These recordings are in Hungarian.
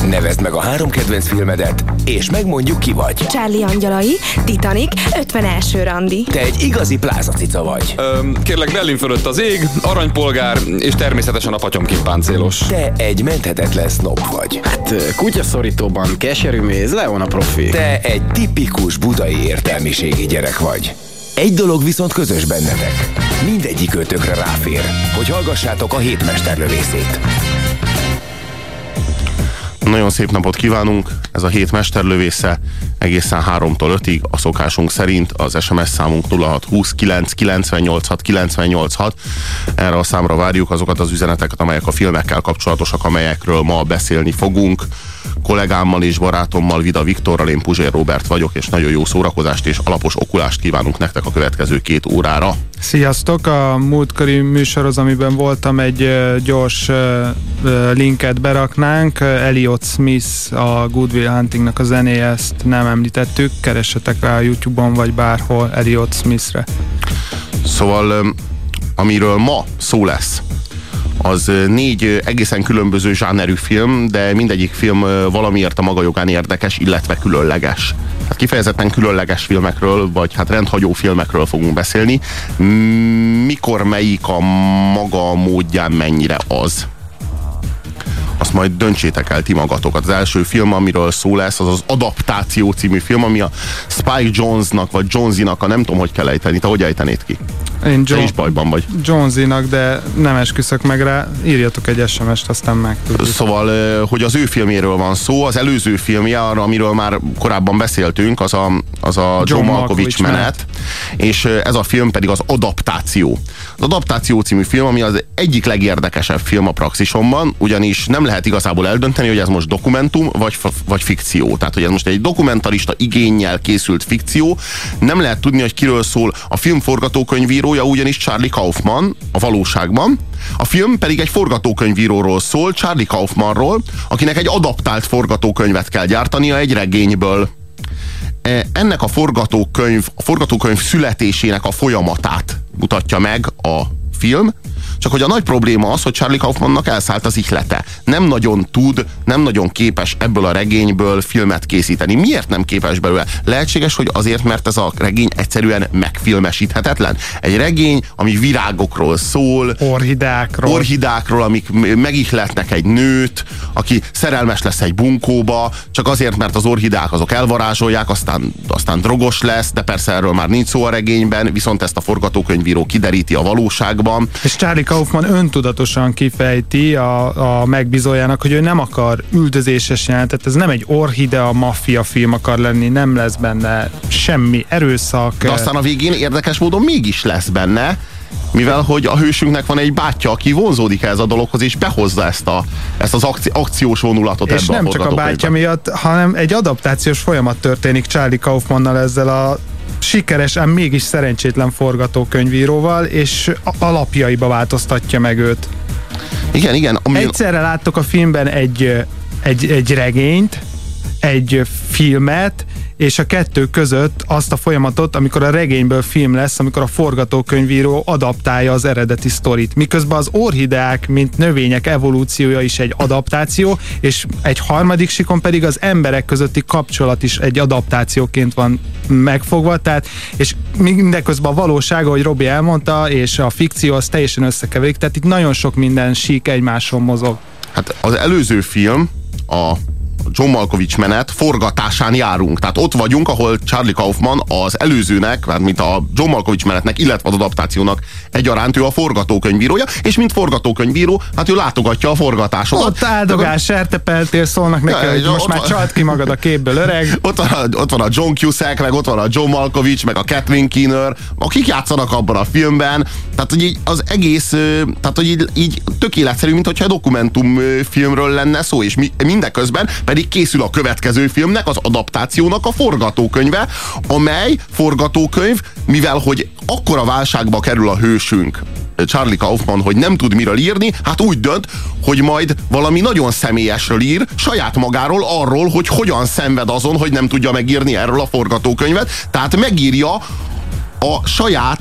Nevezd meg a 3 kedvenc filmedet, és megmondjuk, ki vagy. Charlie angyalai, Titanic, 51. randi. Te egy igazi plázacica vagy. Kérlek, Berlin fölött az ég, aranypolgár, és természetesen a patyomkimpáncélos. Te egy menthetetlen sznob vagy. Hát kutyaszorítóban keserű méz, Leon a profi. Te egy tipikus budai értelmiségi gyerek vagy. Egy dolog viszont közös bennetek. Mindegyik ötökre ráfér, hogy hallgassátok a Hét mesterlövészét. Nagyon szép napot kívánunk, ez a Hét mesterlövésze egészen 3-tól 5-ig, a szokásunk szerint az SMS számunk 0620 998 986. Erre a számra várjuk azokat az üzeneteket, amelyek a filmekkel kapcsolatosak, amelyekről ma beszélni fogunk. Kollégámmal és barátommal, Vida Viktorral, én Puzsér Róbert vagyok, és nagyon jó szórakozást és alapos okulást kívánunk nektek a következő 2 órára. Sziasztok! A múltkori műsorhoz, amiben voltam, egy gyors linket beraknánk. Elliot Smith, a Good Will Huntingnak a zenéje, ezt nem említettük. Keressetek rá a YouTube-on, vagy bárhol Elliot Smithre. Szóval, amiről ma szó lesz, az 4 egészen különböző zsánerű film, de mindegyik film valamiért a maga jogán érdekes, illetve különleges. Hát kifejezetten különleges filmekről, vagy hát rendhagyó filmekről fogunk beszélni. Mikor melyik a maga módján mennyire az? Azt majd döntsétek el ti magatokat. Az első film, amiről szó lesz, az az Adaptáció című film, ami a Spike Jonze-nak, vagy Jonze-nak, a nem tudom, hogy kell ejteni. Te hogy ejtenéd ki? Én Te is bajban vagy. Jonze-nak, de nem esküszök meg rá. Írjatok egy SMS-t, aztán megtudjuk. Szóval, hogy az ő filmjéről van szó, az előző filmje, arra, amiről már korábban beszéltünk, az a John Malkovich menet, és ez a film pedig az Adaptáció. Az Adaptáció című film, ami az egyik legérdekesebb film a praxisomban, ugyanis nem lehet igazából eldönteni, hogy ez most dokumentum, vagy fikció. Tehát, hogy ez most egy dokumentarista igénnyel készült fikció. Nem lehet tudni, hogy kiről szól. A film forgatókönyvírója ugyanis Charlie Kaufman a valóságban. A film pedig egy forgatókönyvíróról szól, Charlie Kaufmanról, akinek egy adaptált forgatókönyvet kell gyártania egy regényből. Ennek a forgatókönyv születésének a folyamatát mutatja meg a film, csak hogy a nagy probléma az, hogy Charlie Kaufmannak elszállt az ihlete. Nem nagyon tud, nem nagyon képes ebből a regényből filmet készíteni. Miért nem képes belőle? Lehetséges, hogy azért, mert ez a regény egyszerűen megfilmesíthetetlen. Egy regény, ami virágokról szól, orhidákról, amik megihletnek egy nőt, aki szerelmes lesz egy bunkóba, csak azért, mert az orhidák azok elvarázsolják, aztán drogos lesz, de persze erről már nincs szó a regényben, viszont ezt a forgatókönyvíró kideríti a valóságban. És Charlie Kaufman öntudatosan kifejti a megbízójának, hogy ő nem akar üldözéses jelentet, ez nem egy orhidea maffia film akar lenni, nem lesz benne semmi erőszak. De aztán a végén érdekes módon mégis lesz benne, mivel hogy a hősünknek van egy bátyja, aki vonzódik ez a dologhoz, és behozza ezt az akciós vonulatot ebbe a forgatókönyvbe. És nem csak a bátyja miatt, hanem egy adaptációs folyamat történik Charlie Kaufmannal, ezzel a sikeres, ám mégis szerencsétlen forgatókönyvíróval, és alapjaiba változtatja meg őt. Igen. Egyszerre láttok a filmben egy regényt, egy filmet, és a kettő között azt a folyamatot, amikor a regényből film lesz, amikor a forgatókönyvíró adaptálja az eredeti sztorit. Miközben az orhideák, mint növények evolúciója is egy adaptáció, és egy harmadik síkon pedig az emberek közötti kapcsolat is egy adaptációként van megfogva, tehát, és mindeközben a valóság, ahogy Robi elmondta, és a fikció az teljesen összekeverik, tehát itt nagyon sok minden sík egymáson mozog. Hát az előző film, a John Malkovich menet forgatásán járunk. Tehát ott vagyunk, ahol Charlie Kaufman az előzőnek, mint a John Malkovich menetnek, illetve az adaptációnak egyaránt ő a forgatókönyvírója, és mint forgatókönyvíró, hát ő látogatja a forgatásokat. Ott áldogál, sertepeltél, szólnak neki, hogy most már csalt ki magad a képből, öreg. Ott van a John Cusack, meg ott van a John Malkovich, meg a Kathleen Keener, akik játszanak abban a filmben. Tehát, hogy így az egész, tehát, hogy így tök életszerű, mint hogyha dokumentumfilmről lenne szó, és mindeközben pedig készül a következő filmnek, az adaptációnak a forgatókönyve, amely forgatókönyv, mivel hogy akkora válságba kerül a hősünk, Charlie Kaufman, hogy nem tud miről írni, hát úgy dönt, hogy majd valami nagyon személyesről ír, saját magáról, arról, hogy hogyan szenved azon, hogy nem tudja megírni erről a forgatókönyvet, tehát megírja a saját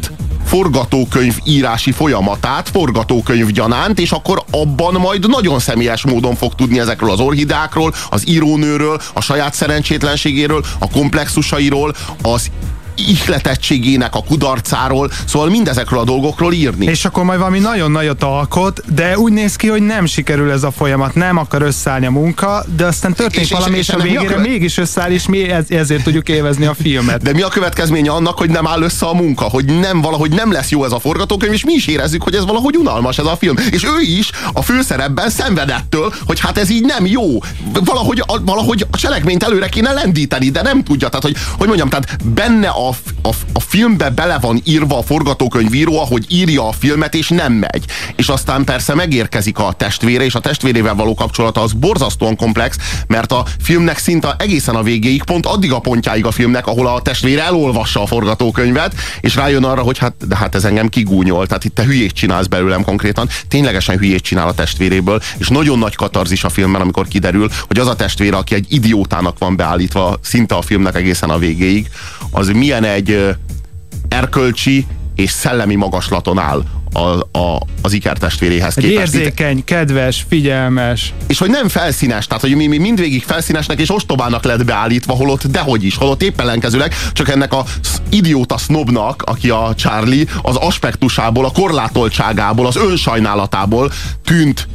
forgatókönyv írási folyamatát, forgatókönyv gyanánt, és akkor abban majd nagyon személyes módon fog tudni ezekről az orhidákról, az írónőről, a saját szerencsétlenségéről, a komplexusairól, az ihletettségének a kudarcáról, szóval mindezekről a dolgokról írni. És akkor majd valami nagyon nagyot alkot, de úgy néz ki, hogy nem sikerül ez a folyamat, nem akar összeállni a munka, de aztán történik valami, és a végére mégis összeáll, és mi ezért tudjuk élvezni a filmet. De mi a következménye annak, hogy nem áll össze a munka, hogy valahogy nem lesz jó ez a forgatókönyv, és mi is érezzük, hogy ez valahogy unalmas ez a film. És ő is a főszerepben szenvedettől, hogy hát ez így nem jó. Valahogy a cselekményt előre kéne lendíteni, de nem tudja. Tehát, hogy mondjam, tehát benne a filmbe bele van írva a forgatókönyvíró, ahogy írja a filmet, és nem megy. És aztán persze megérkezik a testvére, és a testvérével való kapcsolata az borzasztóan komplex, mert a filmnek szinte egészen a végéig, pont addig a pontjáig a filmnek, ahol a testvére elolvassa a forgatókönyvet, és rájön arra, hogy hát ez engem kigúnyol, tehát itt te hülyét csinálsz belőlem konkrétan, ténylegesen hülyét csinál a testvéréből, és nagyon nagy katarzis a filmben, amikor kiderül, hogy az a testvére, aki egy idiótának van beállítva szinte a filmnek egészen a végéig, az milyen egy erkölcsi és szellemi magaslaton áll az ikertestvéréhez képest. Érzékeny, kedves, figyelmes. És hogy nem felszínes, tehát hogy mi mindvégig felszínesnek és ostobának lett beállítva, holott épp ellenkezőleg, csak ennek az idióta sznobnak, aki a Charlie, az aspektusából, a korlátoltságából, az önsajnálatából tűnt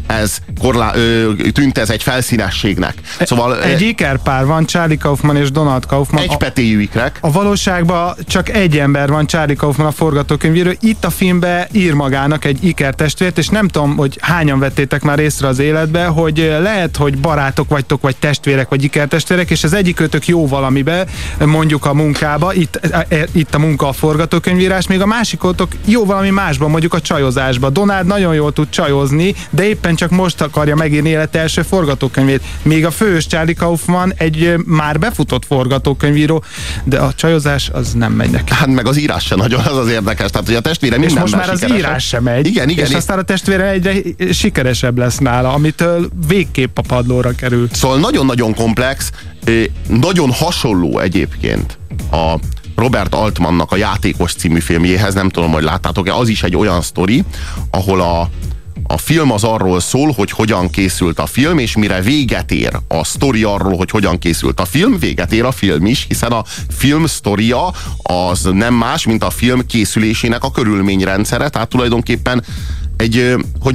ez egy felszínességnek. Szóval egy ikerpár van, Charlie Kaufman és Donald Kaufman. Egypetéjű ikrek. A valóságban csak egy ember van, Charlie Kaufman, a forgatókönyvíró. Itt a filmben ír magának egy ikertestvért, és nem tudom, hogy hányan vettétek már észre az életbe, hogy lehet, hogy barátok vagytok, vagy testvérek, vagy ikertestvérek, és az egyikőtök jó valamibe, mondjuk a munkába, itt a munka a forgatókönyvírás, még a másikótok jó valami másban, mondjuk a csajozásba. Donald nagyon jól tud csajozni, de éppen csak most akarja megírni élete első forgatókönyvét. Még a fős Charlie Kaufman egy már befutott forgatókönyvíró, de a csajozás az nem megy neki. Hát meg az írás se nagyon, az az érdekes. Tehát, hogy a testvére mindenben és most már az írás sem megy. Igen. És aztán a testvére egyre sikeresebb lesz nála, amitől végképp a padlóra kerül. Szóval nagyon-nagyon komplex, nagyon hasonló egyébként a Robert Altmannak a Játékos című filmjéhez, nem tudom, hogy láttátok-e, az is egy olyan sztori, ahol a film az arról szól, hogy hogyan készült a film, és mire véget ér a sztori arról, hogy hogyan készült a film, véget ér a film is, hiszen a film sztoria az nem más, mint a film készülésének a körülményrendszere, tehát tulajdonképpen egy,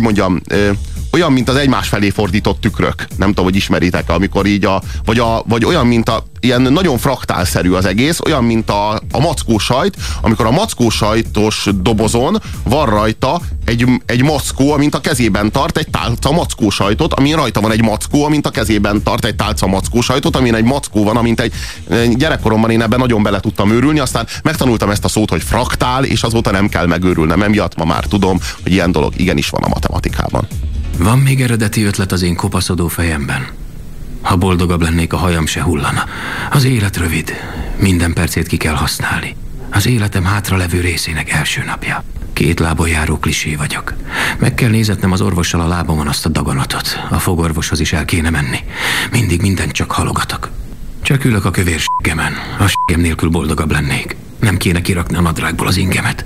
olyan, mint az egymás felé fordított tükrök. Nem tudom, hogy ismeritek-e, amikor így vagy olyan, mint ilyen nagyon fraktálszerű az egész, olyan, mint a mackósajt, amikor a mackósajtos dobozon van rajta egy mackó, amint a kezében tart egy tálca mackósajtot, amin rajta van egy mackó, amint a kezében tart egy tálca mackósajtot, amin egy mackó van, amint egy gyerekkoromban én ebben nagyon bele tudtam őrülni, aztán megtanultam ezt a szót, hogy fraktál, és azóta nem kell megőrülnem, emiatt ma már tudom, hogy ilyen dolog igenis van a matematikában. Van még eredeti ötlet az én kopaszodó fejemben. Ha boldogabb lennék, a hajam se hullana. Az élet rövid, minden percét ki kell használni. Az életem hátralevő részének első napja. 2 lábon járó klisé vagyok. Meg kell nézetnem az orvossal a lábamon azt a daganatot. A fogorvoshoz is el kéne menni. Mindig mindent csak halogatok. Csak ülök a kövér s***emen. A s***em nélkül boldogabb lennék. Nem kéne kirakni a nadrágból az ingemet.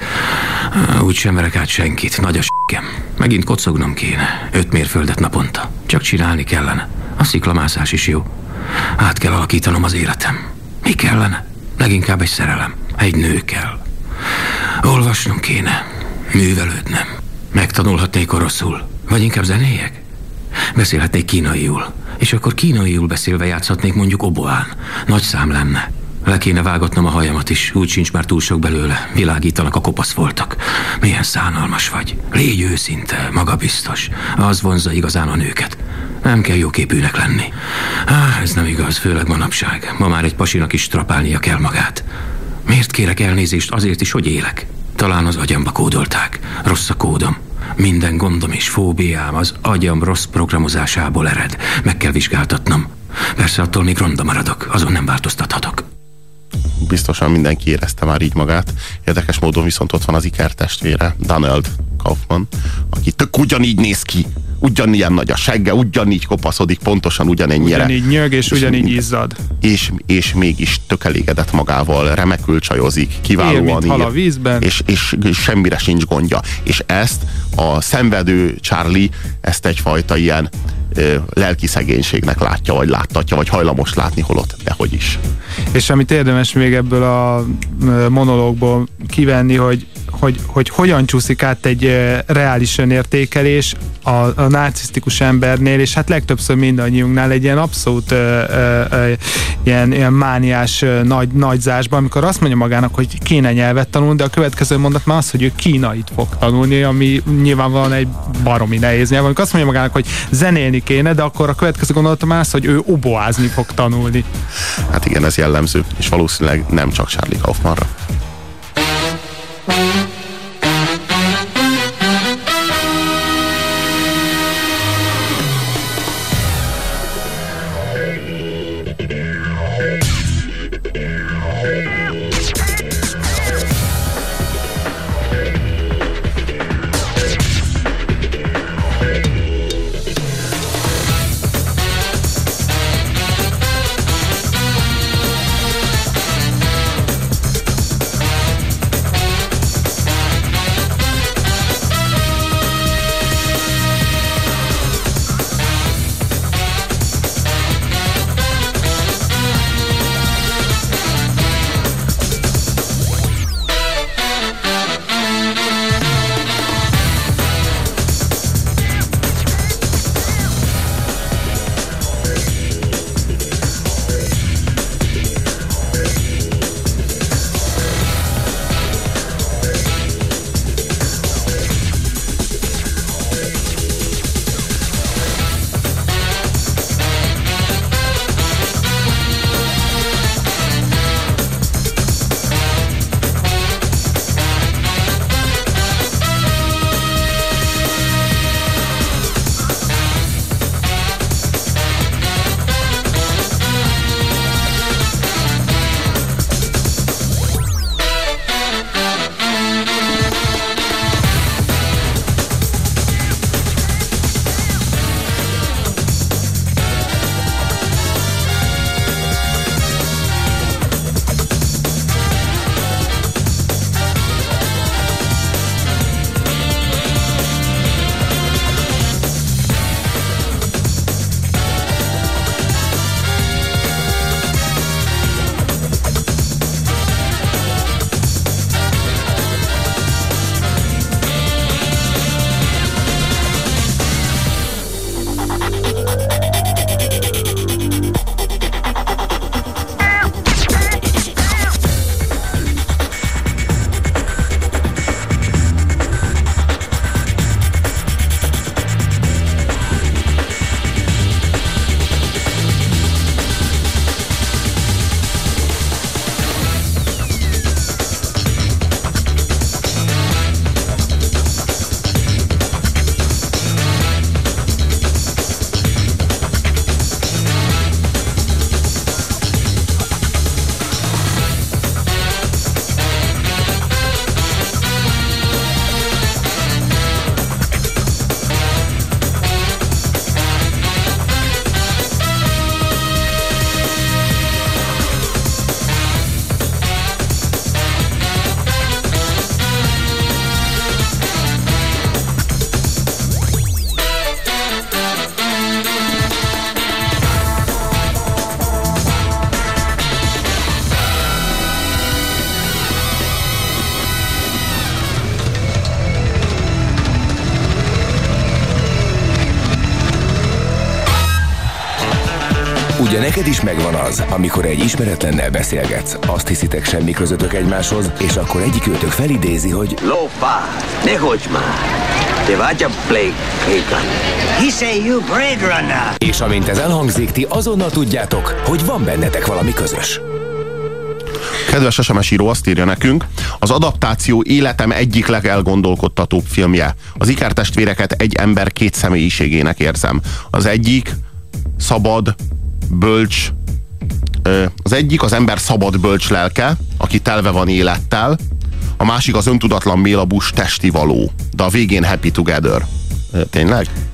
Úgy sem verek át senkit, nagy a s***em. Megint kocognom kéne, 5 mérföldet naponta. Csak csinálni kellene. A sziklamászás is jó. Át kell alakítanom az életem. Mi kellene? Leginkább egy szerelem. Egy nő kell. Olvasnom kéne. Művelődnem. Megtanulhatnék oroszul. Vagy inkább zenéjek? Beszélhetnék kínaiul. És akkor kínaiul beszélve játszhatnék mondjuk oboán. Nagy szám lenne. Le kéne vágatnom a hajamat is, úgy sincs már túl sok belőle. Világítanak a kopasz voltak. Milyen szánalmas vagy. Légy őszinte, magabiztos. Az vonzza igazán a nőket. Nem kell jóképűnek lenni. Ez nem igaz, főleg manapság. Ma már egy pasinak is strapálnia kell magát. Miért kérek elnézést? Azért is, hogy élek. Talán az agyamba kódolták. Rossz a kódom. Minden gondom és fóbiám az agyam rossz programozásából ered. Meg kell vizsgáltatnom. Persze attól még ronda maradok, azon nem változtathatok. Biztosan mindenki érezte már így magát. Érdekes módon viszont ott van az ikertestvére, Donald Kaufman, aki tök ugyanígy néz ki, ugyanilyen nagy a segge, ugyanígy kopaszodik, pontosan ugyanennyire. Ugyanígy nyög, és ugyanígy izzad. És mégis tök elégedett magával, remekül csajozik, kiválóan él, mint hal a vízben. És semmire sincs gondja. És ezt a szenvedő Charlie, ezt egyfajta ilyen lelki szegénységnek látja, vagy láttatja, vagy hajlamos látni, holott dehogy is. És amit érdemes még ebből a monológból kivenni, hogy hogyan csúszik át egy reális önértékelés a narcisztikus embernél, és hát legtöbbször mindannyiunknál egy ilyen abszolút ilyen mániás nagyzásban, amikor azt mondja magának, hogy kéne nyelvet tanulni, de a következő mondat már az, hogy ő kínait fog tanulni, ami nyilvánvalóan egy baromi nehéz nyelv. Amikor azt mondja magának, hogy zenélni kéne, de akkor a következő gondolata már az, hogy ő oboázni fog tanulni. Hát igen, ez jellemző, és valószínűleg nem csak Charlie Kaufmanra. Ugye neked is megvan az, amikor egy ismeretlennel beszélgetsz, azt hiszitek semmi közöttök egymáshoz, és akkor egyikőtök felidézi, hogy Lófa, ne hogy már! Te vagy a Blake Hagan. He say you Blade Runner. És amint ez elhangzik, ti azonnal tudjátok, hogy van bennetek valami közös. Kedves SMS író azt írja nekünk, az adaptáció életem egyik legelgondolkodtatóbb filmje. Az ikertestvéreket egy ember két személyiségének érzem. Az egyik szabad, bölcs, az egyik az ember szabad, bölcs lelke, aki telve van élettel, a másik az öntudatlan mélabús testi való, de a végén happy together. Tényleg?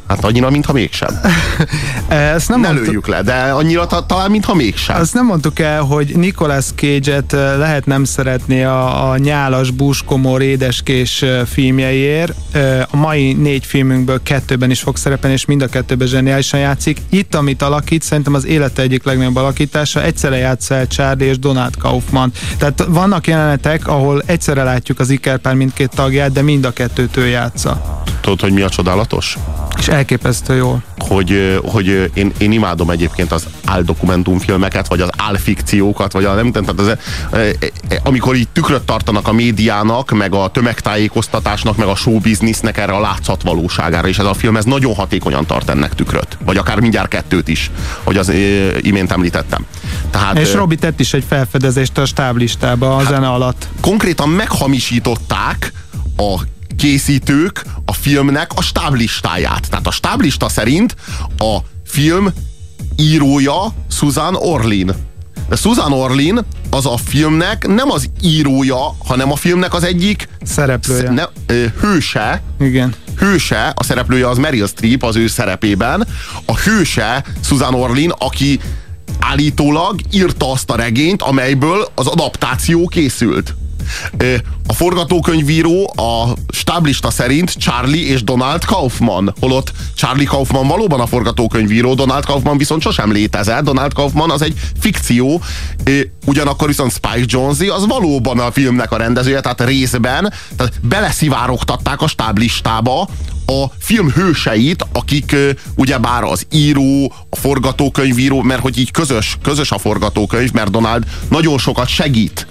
Hát annyira, mintha mégsem. Ezt nem lőjük le, de annyira talán, mintha mégsem. Azt nem mondtuk el, hogy Nicolas Cage-et lehet nem szeretni a nyálas, búskomor, édeskés filmjeiért. A mai 4 filmünkből 2-ben is fog szerepelni, és mind a 2-ben zseniálisan játszik. Itt, amit alakít, szerintem az élete egyik legnagyobb alakítása, egyszerre játssza el Charlie és Donald Kaufman. Tehát vannak jelenetek, ahol egyszerre látjuk az ikerpár mindkét tagját, de mind a 2-t ő játsza. Tudod, hogy mi a csodálatos? És elképesztő jól. Hogy én imádom egyébként az áldokumentumfilmeket, vagy az álfikciókat, vagy nem tudom, amikor így tükröt tartanak a médiának, meg a tömegtájékoztatásnak, meg a showbiznisznek erre a látszatvalóságára, és ez a film ez nagyon hatékonyan tart ennek tükröt. Vagy akár mindjárt 2-t is, hogy az imént említettem. Tehát, és Robi tett is egy felfedezést a stáblistába a zene alatt. Konkrétan meghamisították a készítők a filmnek a stáblistáját. Tehát a stáblista szerint a film írója Susan Orlean. De Susan Orlean az a filmnek nem az írója, hanem a filmnek az egyik szereplője. Hőse. Igen. Hőse, a szereplője az Meryl Streep az ő szerepében. A hőse Susan Orlean, aki állítólag írta azt a regényt, amelyből az adaptáció készült. A forgatókönyvíró a stáblista szerint Charlie és Donald Kaufman, holott Charlie Kaufman valóban a forgatókönyvíró, Donald Kaufman viszont sosem létezett, Donald Kaufman az egy fikció, ugyanakkor viszont Spike Jonze az valóban a filmnek a rendezője, tehát részben beleszivárogtatták a stáblistába a film hőseit, akik ugyebár az író, a forgatókönyvíró, mert hogy így közös a forgatókönyv, mert Donald nagyon sokat segít.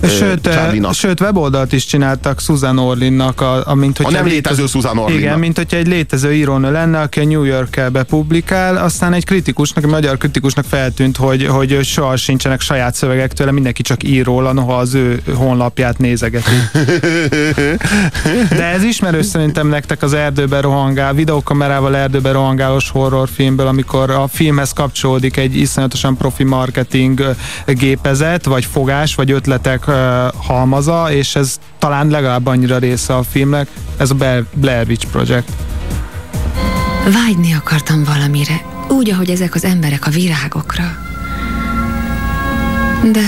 Sőt, weboldalt is csináltak Susan Orleannak, mint a nem létező Susan Orleannak. Igen, mint hogyha egy létező írónő lenne, aki a New Yorker-be publikál, aztán egy kritikusnak, egy magyar kritikusnak feltűnt, hogy soha sincsenek saját szövegek tőle, mindenki csak ír róla, noha az ő honlapját nézegeti. De ez ismerős szerintem nektek az erdőben rohangál, videókamerával erdőben rohangálós horrorfilmből, amikor a filmhez kapcsolódik egy iszonyatosan profi marketing gépezet, vagy fogás, vagy ötletek halmaza, és ez talán legalább annyira része a filmnek, ez a Blair Witch Project. Vágyni akartam valamire, úgy, ahogy ezek az emberek a virágokra. De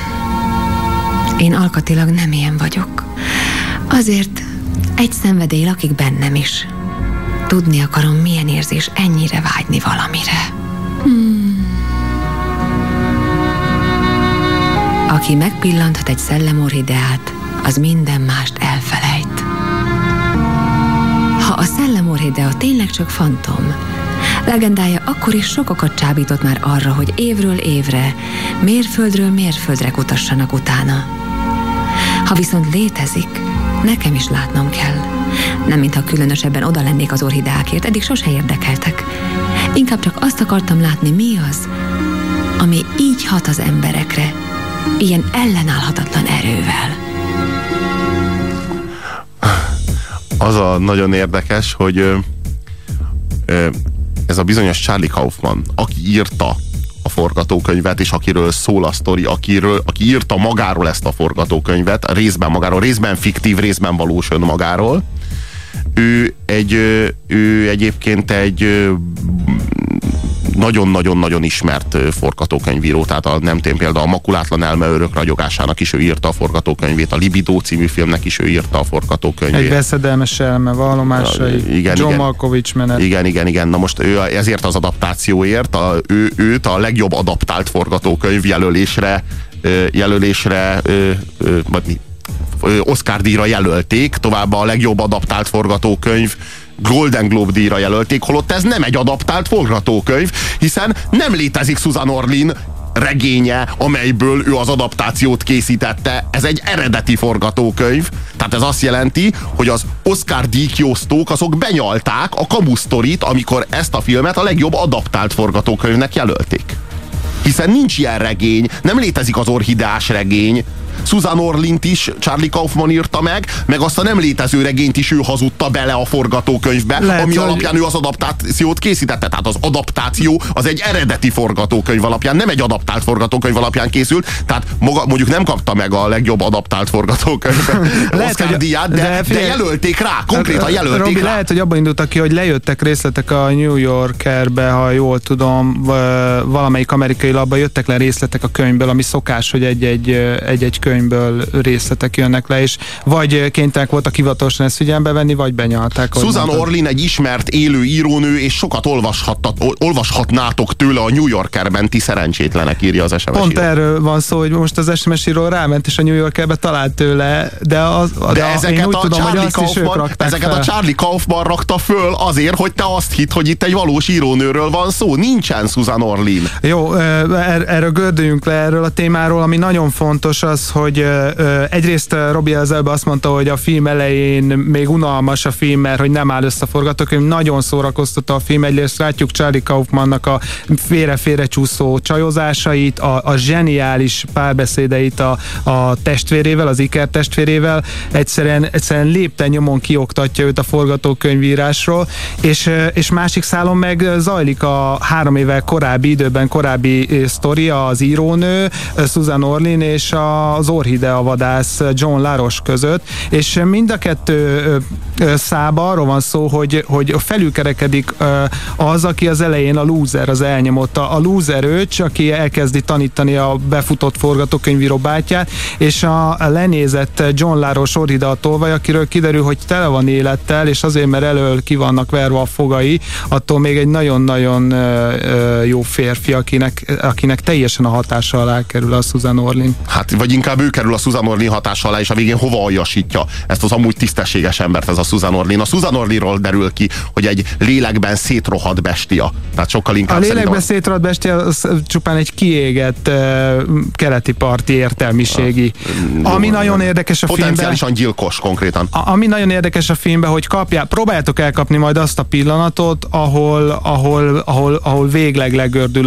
én alkatilag nem ilyen vagyok. Azért egy szenvedély lakik bennem is. Tudni akarom, milyen érzés ennyire vágyni valamire. Aki megpillanthat egy szellemorhideát, az minden mást elfelejt. Ha a szellemorhidea tényleg csak fantom, legendája akkor is sokakat csábított már arra, hogy évről évre, mérföldről mérföldre kutassanak utána. Ha viszont létezik, nekem is látnom kell. Nem mintha különösebben oda lennék az orhideákért, eddig sose érdekeltek. Inkább csak azt akartam látni, mi az, ami így hat az emberekre, ilyen ellenállhatatlan erővel. Az a nagyon érdekes, hogy ez a bizonyos Charlie Kaufman, aki írta a forgatókönyvet, és akiről szól a sztori, aki írta magáról ezt a forgatókönyvet, részben fiktív, részben valós önmagáról. Ő egyébként egy nagyon-nagyon-nagyon ismert forgatókönyvíró, tehát például a Makulátlan elmeőrök ragyogásának is ő írta a forgatókönyvét, a Libido című filmnek is ő írta a forgatókönyvét. Egy veszedelmes elme vallomásai, John Malkovich menet. Igen. Na most ő ezért az adaptációért őt a legjobb adaptált forgatókönyv jelölésre Oscar-díjra jelölték, továbbá a legjobb adaptált forgatókönyv Golden Globe díjra jelölték, holott ez nem egy adaptált forgatókönyv, hiszen nem létezik Susan Orlean regénye, amelyből ő az adaptációt készítette. Ez egy eredeti forgatókönyv, tehát ez azt jelenti, hogy az Oscar díjkiosztók azok benyalták a kamusztorit, amikor ezt a filmet a legjobb adaptált forgatókönyvnek jelölték. Hiszen nincs ilyen regény, nem létezik az orhideás regény, Susan Orlint is Charlie Kaufman írta meg azt a nem létező regényt is ő hazudta bele a forgatókönyvbe, ami alapján ő az adaptációt készítette. Tehát az adaptáció az egy eredeti forgatókönyv alapján, nem egy adaptált forgatókönyv alapján készült, tehát mondjuk nem kapta meg a legjobb adaptált forgatókönyv Oscar díját, de jelölték rá, konkrétan jelölték Robi, rá. Lehet, hogy abban indultak ki, hogy lejöttek részletek a New Yorkerbe, ha jól tudom, valamelyik amerikai labba jöttek le részletek a könyvből, ami szokás, hogy egy könyvből részletek jönnek le, és vagy kénytelenek voltak hivatalosan ezt figyelembe venni, vagy benyalták. Susan Orlin egy ismert élő írónő, és sokat olvashatnátok tőle a New Yorkerben, ti szerencsétlenek, írja az SMS író. Pont erről van szó, hogy most az SMS író ráment, és a New Yorkerbe talált tőle, de én úgy tudom, hogy azt is ők rakták ezeket fel. a Charlie Kaufman rakta föl azért, hogy te azt hidd, hogy itt egy valós írónőről van szó. Nincsen Susan Orlin. Jó, erről gördüljünk le erről a témáról, ami nagyon fontos az, hogy egyrészt Robi az előbb azt mondta, hogy a film elején még unalmas a film, mert hogy nem áll össze a forgatókönyv. Nagyon szórakoztató a film, egyrészt látjuk Charlie Kaufmannak a félre-félre csúszó csajozásait, a zseniális párbeszédeit a testvérével, az Iker testvérével, egyszerűen lépten nyomon kioktatja őt a forgatókönyvírásról, és másik szálon meg zajlik a 3 évvel korábbi sztori, az írónő, Susan Orlin és az orchidea vadász John LaRoche között, és mind a kettő szába arról van szó, hogy felülkerekedik az, aki az elején a loser, az elnyomott, a loser őcs, aki elkezdi tanítani a befutott forgatókönyvíró bátyját, és a lenézett John LaRoche orchidea tolvaj, akiről kiderül, hogy tele van élettel, és azért, mert elől ki vannak verve a fogai, attól még egy nagyon-nagyon jó férfi, akinek teljesen a hatása alá kerül a Susan Orlin. Hát, vagy inkább ő kerül a Susan Orlin hatása alá, és a végén hova aljasítja ezt az amúgy tisztességes embert, ez a Susan Orlin. A Susan Orlinról derül ki, hogy egy lélekben szétrohadt bestia. Tehát sokkal inkább a lélekben szétrohadt bestia az csupán egy kiégett keleti parti értelmiségi. Ami nagyon érdekes a filmben. Potenciálisan gyilkos konkrétan. Ami nagyon érdekes a filmben, hogy próbáljátok elkapni majd azt a pillanatot, ahol végleg legördül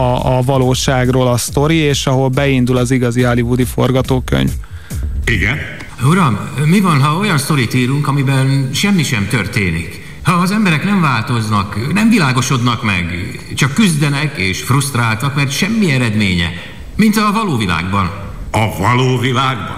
a valóságról a sztori, és ahol beindul az igazi hollywoodi forgatókönyv. Igen? Uram, mi van, ha olyan sztorit írunk, amiben semmi sem történik? Ha az emberek nem változnak, nem világosodnak meg, csak küzdenek és frusztráltak, mert semmi eredménye, mint a való világban. A való világban?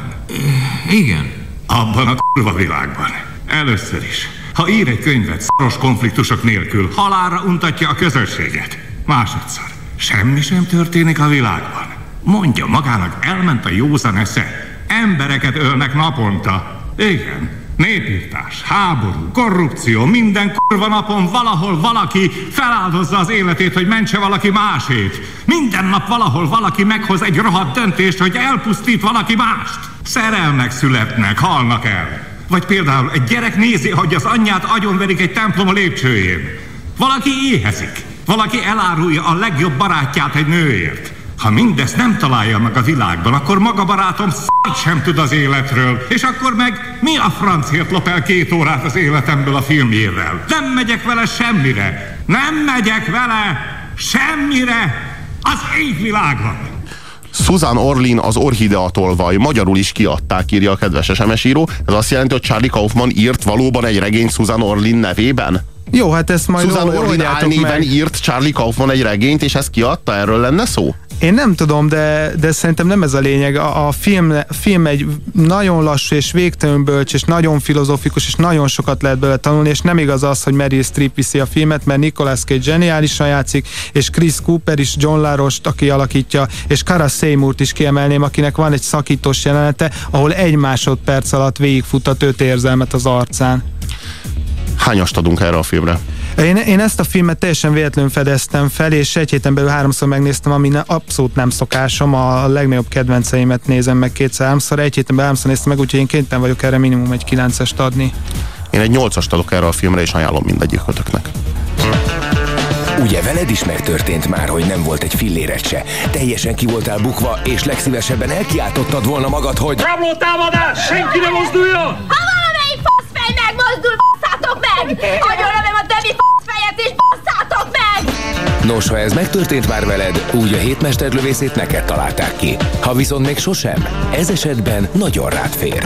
Igen. Abban a kurva világban. Először is, ha ír egy könyvet szaros konfliktusok nélkül, halálra untatja a közösséget. Másodszor, semmi sem történik a világban. Mondja magának, elment a józan esze. Embereket ölnek naponta. Igen, népírtás, háború, korrupció, minden kurva napon valahol valaki feláldozza az életét, hogy mentse valaki másét. Minden nap valahol valaki meghoz egy rohadt döntést, hogy elpusztít valaki mást. Szerelmek születnek, halnak el. Vagy például egy gyerek nézi, hogy az anyját agyonverik egy templom a lépcsőjén. Valaki éhezik. Valaki elárulja a legjobb barátját egy nőért. Ha mindezt nem találja meg a világban, akkor maga barátom sem tud az életről. És akkor meg mi a francért lop el 2 órát az életemből a filmjével? Nem megyek vele semmire. Nem megyek vele semmire az égvilágon. Susan Orlin, az orchidea tolvaj. Magyarul is kiadták, írja a kedves SMS író. Ez azt jelenti, hogy Charlie Kaufman írt valóban egy regényt Susan Orlin nevében? Jó, hát ezt majd Susan Orlin álnéven írt Charlie Kaufman egy regényt, és ezt kiadta? Erről lenne szó? Én nem tudom, de szerintem nem ez a lényeg. A film egy nagyon lassú és végtelenül bölcs, és nagyon filozofikus, és nagyon sokat lehet belőle tanulni, és nem igaz az, hogy Meryl Streep viszi a filmet, mert Nicolas Cage zseniálisan játszik, és Chris Cooper is, John LaRoche-t, aki alakítja, és Cara Seymour-t is kiemelném, akinek van egy szakítós jelenete, ahol 1 másodperc alatt végigfut a 5 érzelmet az arcán. Hányast adunk erre a filmre? Én ezt a filmet teljesen véletlenül fedeztem fel, és 1 héten belül 3-szor megnéztem, ami abszolút nem szokásom. A legnagyobb kedvenceimet nézem meg 2-3-szor, 1 héten belül 3-szor néztem meg, úgyhogy én kénytelen vagyok erre minimum egy 9-est adni. Én egy 8-ast adok erre a filmre, és ajánlom mindegyikkötöknek. Ugye veled is megtörtént már, hogy nem volt egy filléret se. Teljesen ki voltál bukva, és legszívesebben elkiáltottad volna magad, hogy... Rablótámadás! Senki ne mozduljon! Ha valamelyik faszfej megmozdul, basszátok meg! Agyonlövöm a többi faszfejet, és basszátok meg! Nos, ha ez megtörtént már veled, úgy a hétmesterlövészét neked találták ki. Ha viszont még sosem, ez esetben nagyon rád fér.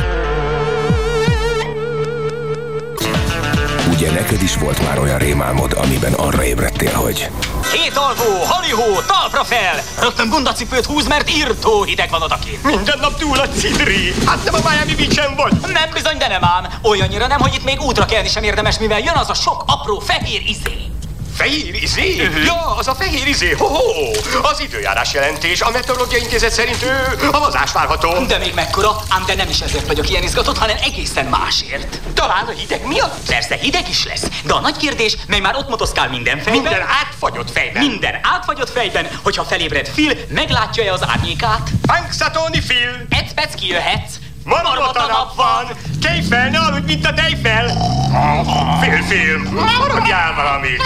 Ugye neked is volt már olyan rémálmod, amiben arra ébredtél, hogy... Hétalvó, halihó, talpra fel! Rögtön bundacipőt húz, mert írtó hideg van odakint. Minden nap túl a cidri. Hát nem a Miami Beach-en vagy. Nem bizony, de nem ám. Olyannyira nem, hogy itt még útra kelni sem érdemes, mivel jön az a sok apró fehér izé. Fehér izé? Ja, az a fehér izé. Ho-ho! Az időjárás jelentés. A Meteorológiai Intézet szerint havazás várható. De még mekkora? Ám de nem is ezért vagyok ilyen izgatott, hanem egészen másért. Talán a hideg miatt? Persze hideg is lesz. De a nagy kérdés, mely már ott motoszkál minden fejben. Minden átfagyott fejben. Minden átfagyott fejben, hogyha felébred Phil, meglátja-e az árnyékát? Punxsutawney Phil. Ecc-pecc kijöhetsz. Marmota nap van. Kelj fel, ne aludj, mint a tejfel. Film. Maradjál valamit.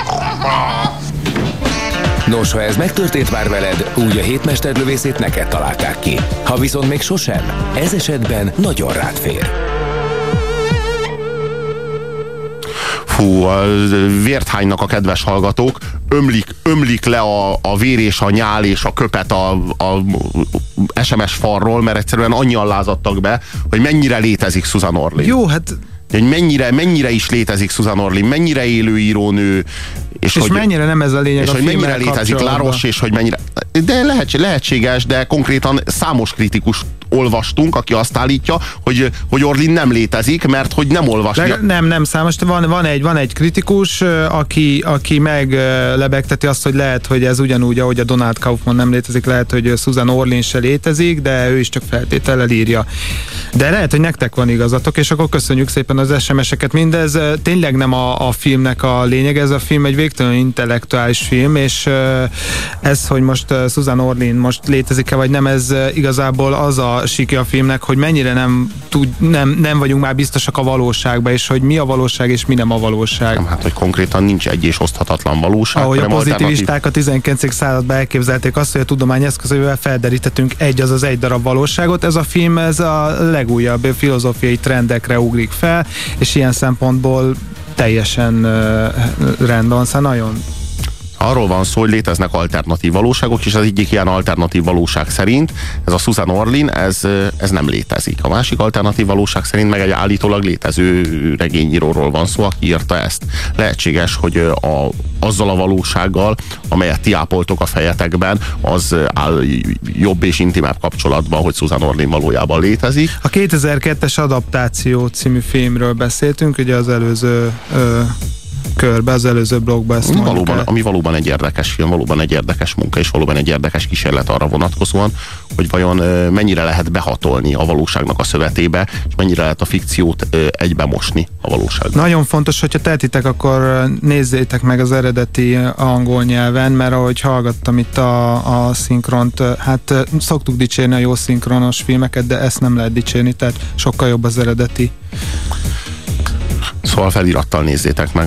Nos, ha ez megtörtént már veled, úgy a hétmesterlövészét neked találták ki. Ha viszont még sosem, ez esetben nagyon rád fér. Fú, vért hánynak a kedves hallgatók, ömlik le a vér és a nyál és a köpet a SMS falról, mert egyszerűen annyian lázadtak be, hogy mennyire létezik Susan Orlean. Jó, hát... Hogy mennyire is létezik Susan Orlean, mennyire élő írónő, és hogy mennyire nem ez a lényeg, és hogy mennyire létezik Laros, és hogy mennyire... De lehetséges, de konkrétan számos kritikus olvastunk, aki azt állítja, hogy Orlean nem létezik, mert hogy nem olvasni. Nem számos. Van egy kritikus, aki meglebegteti azt, hogy lehet, hogy ez ugyanúgy, ahogy a Donald Kaufman nem létezik, lehet, hogy Susan Orlean se létezik, de ő is csak feltétellel írja. De lehet, hogy nektek van igazatok, és akkor köszönjük szépen az SMS-eket. Mindez tényleg nem a filmnek a lényeg, ez a film egy végtelenül intellektuális film, és ez, hogy most Susan Orlean most létezik-e vagy nem, ez igazából az a sikja a filmnek, hogy mennyire nem vagyunk már biztosak a valóságban, és hogy mi a valóság, és mi nem a valóság. Nem, hát, hogy konkrétan nincs egy és oszthatatlan valóság. Ahogy a pozitivisták a 19. században elképzelték azt, hogy a tudomány eszközével felderítettünk azaz egy darab valóságot. Ez a film, ez a legújabb filozófiai trendekre ugrik fel, és ilyen szempontból teljesen rendben, szóval nagyon... Arról van szó, hogy léteznek alternatív valóságok, és az egyik ilyen alternatív valóság szerint, ez a Susan Orlean, ez nem létezik. A másik alternatív valóság szerint meg egy állítólag létező regényíróról van szó, aki írta ezt. Lehetséges, hogy azzal a valósággal, amelyet ti ápoltok a fejetekben, az áll jobb és intimebb kapcsolatban, hogy Susan Orlean valójában létezik. A 2002-es Adaptáció című filmről beszéltünk, ugye az előző körbe, az előző blogban ezt ami valóban egy érdekes film, valóban egy érdekes munka, és valóban egy érdekes kísérlet arra vonatkozóan, hogy vajon mennyire lehet behatolni a valóságnak a szövetébe, és mennyire lehet a fikciót egybe mosni a valóságban. Nagyon fontos, hogyha tehetitek, akkor nézzétek meg az eredeti angol nyelven, mert ahogy hallgattam itt a szinkront, hát szoktuk dicsérni a jó szinkronos filmeket, de ezt nem lehet dicsérni, tehát sokkal jobb az eredeti. Szóval felirattal nézzétek meg.